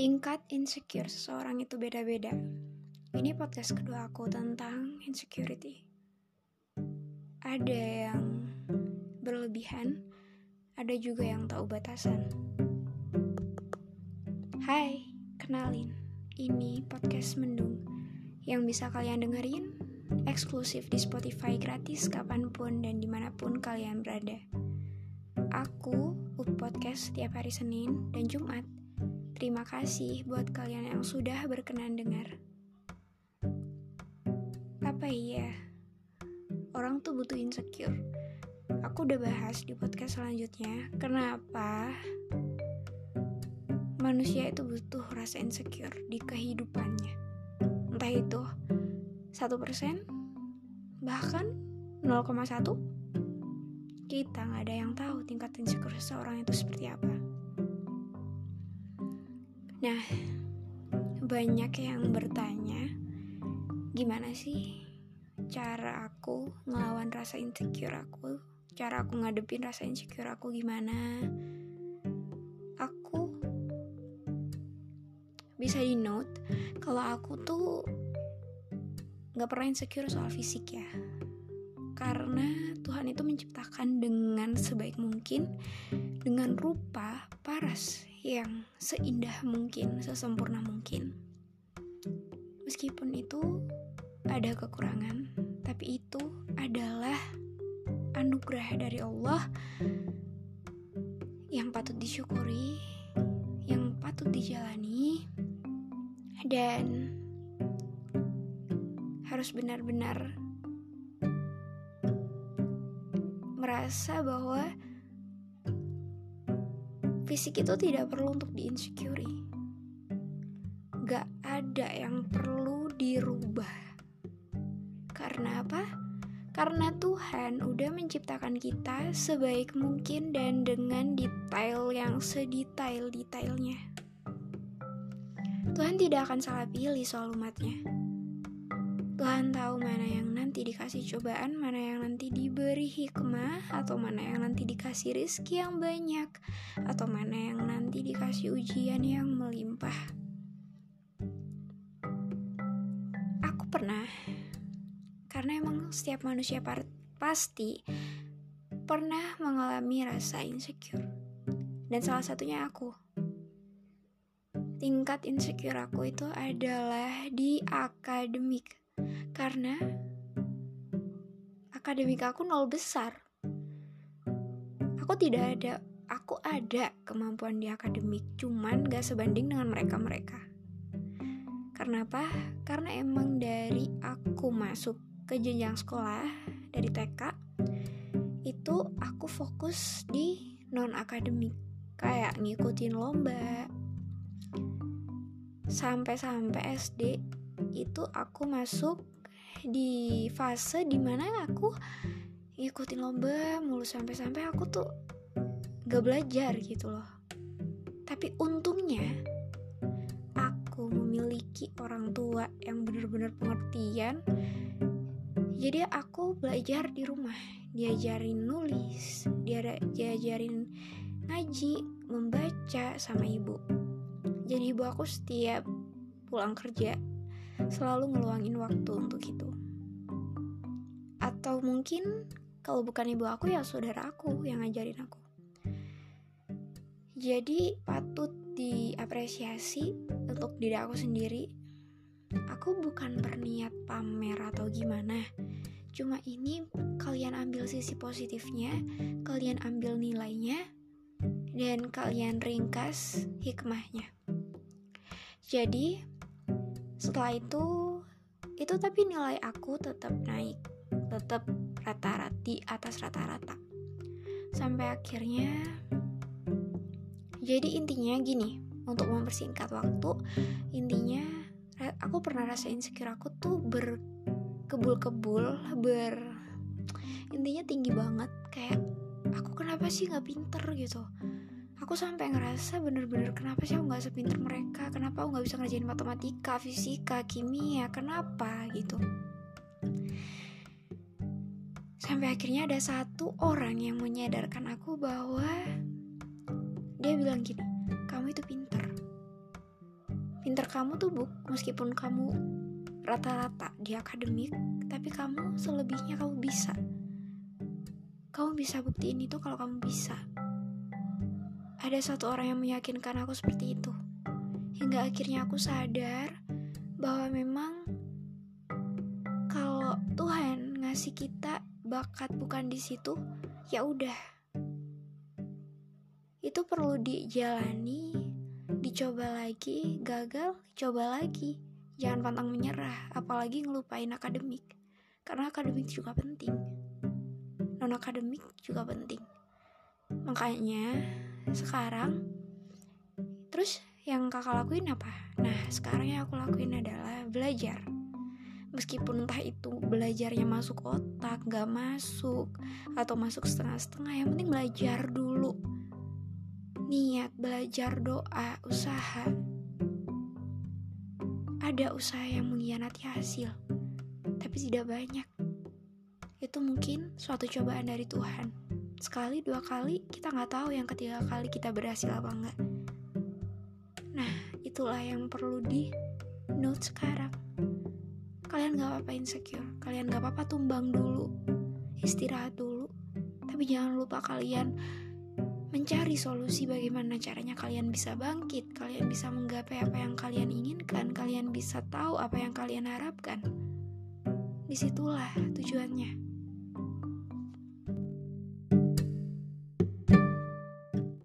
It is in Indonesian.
Tingkat insecure seseorang itu beda-beda. Ini podcast kedua aku tentang insecurity. Ada yang berlebihan, ada juga yang tahu batasan. Hai, kenalin. Ini podcast Mendung yang bisa kalian dengerin eksklusif di Spotify gratis kapanpun dan dimanapun kalian berada. Aku podcast setiap hari Senin dan Jumat. Terima kasih buat kalian yang sudah berkenan dengar. Apa iya? Orang tuh butuh insecure. Aku udah bahas di podcast selanjutnya. Kenapa manusia itu butuh rasa insecure di kehidupannya. Entah itu 1%, bahkan 0,1. Kita gak ada yang tahu tingkat insecure seseorang itu seperti apa. Nah, banyak yang bertanya, gimana sih cara aku ngelawan rasa insecure aku? Cara aku ngadepin rasa insecure aku gimana? Aku bisa di note kalau aku tuh gak pernah insecure soal fisik ya. Karena Tuhan itu menciptakan dengan sebaik mungkin, dengan rupa paras yang seindah mungkin, sesempurna mungkin. Meskipun itu ada kekurangan, tapi itu adalah anugerah dari Allah yang patut disyukuri, yang patut dijalani, dan harus benar-benar merasa bahwa fisik itu tidak perlu untuk di-insecure. Gak ada yang perlu dirubah. Karena apa? Karena Tuhan udah menciptakan kita sebaik mungkin dan dengan detail yang sedetail-detailnya. Tuhan tidak akan salah pilih soal umatnya. Tuhan tahu mana yang nanti dikasih cobaan, mana yang nanti diberi hikmah, atau mana yang nanti dikasih rezeki yang banyak, atau mana yang nanti dikasih ujian yang melimpah. Aku pernah, karena emang setiap manusia pasti pernah mengalami rasa insecure. Dan salah satunya aku. Tingkat insecure aku itu adalah di akademik. Karena akademik aku 0 besar. Aku ada kemampuan di akademik, cuman gak sebanding dengan mereka-mereka. Karena apa? Karena emang dari aku masuk ke jenjang sekolah, dari TK, itu aku fokus di non-akademik. Kayak ngikutin lomba. Sampai SD itu aku masuk di fase dimana aku ngikutin lomba mulu sampai aku tuh gak belajar gitu loh. Tapi untungnya aku memiliki orang tua yang benar-benar pengertian. Jadi aku belajar di rumah, diajarin nulis, diajarin ngaji, membaca sama ibu. Jadi ibu aku setiap pulang kerja selalu ngeluangin waktu untuk itu. Atau mungkin kalau bukan ibu aku ya saudara aku yang ngajarin aku. Jadi patut diapresiasi untuk diri aku sendiri. Aku bukan berniat pamer atau gimana. Cuma ini kalian ambil sisi positifnya, kalian ambil nilainya, dan kalian ringkas hikmahnya. Jadi setelah itu tapi nilai aku tetap naik, tetap rata-rata di atas rata-rata. Sampai akhirnya, jadi intinya gini, untuk mempersingkat waktu, intinya aku pernah rasa insecure aku tuh berkebul-kebul, intinya tinggi banget, kayak aku kenapa sih nggak pinter gitu. Aku sampai ngerasa bener-bener kenapa sih aku gak sepinter mereka, kenapa aku gak bisa ngerjain matematika, fisika, kimia, kenapa gitu. Sampai akhirnya ada satu orang yang menyadarkan aku bahwa dia bilang gini, kamu itu pinter. Pinter kamu tuh meskipun kamu rata-rata di akademik, tapi kamu selebihnya kamu bisa. Kamu bisa buktiin itu kalau kamu bisa. Ada satu orang yang meyakinkan aku seperti itu. Hingga akhirnya aku sadar bahwa memang kalau Tuhan ngasih kita bakat bukan di situ, ya udah. Itu perlu dijalani, dicoba lagi, gagal, coba lagi. Jangan pantang menyerah, apalagi ngelupain akademik. Karena akademik juga penting. Non-akademik juga penting. Makanya sekarang, terus yang kakak lakuin apa? Nah, sekarang yang aku lakuin adalah belajar. Meskipun entah itu belajarnya masuk otak, gak masuk, atau masuk setengah-setengah, yang penting belajar dulu. Niat, belajar, doa, usaha. Ada usaha yang mengkhianati hasil, tapi tidak banyak. Itu mungkin suatu cobaan dari Tuhan. Sekali, 2 kali, kita gak tahu yang ketiga kali kita berhasil apa enggak. Nah, itulah yang perlu di note sekarang. Kalian gak apa-apa insecure, kalian gak apa-apa tumbang dulu, istirahat dulu. Tapi jangan lupa kalian mencari solusi bagaimana caranya kalian bisa bangkit, kalian bisa menggapai apa yang kalian inginkan, kalian bisa tahu apa yang kalian harapkan. Disitulah tujuannya.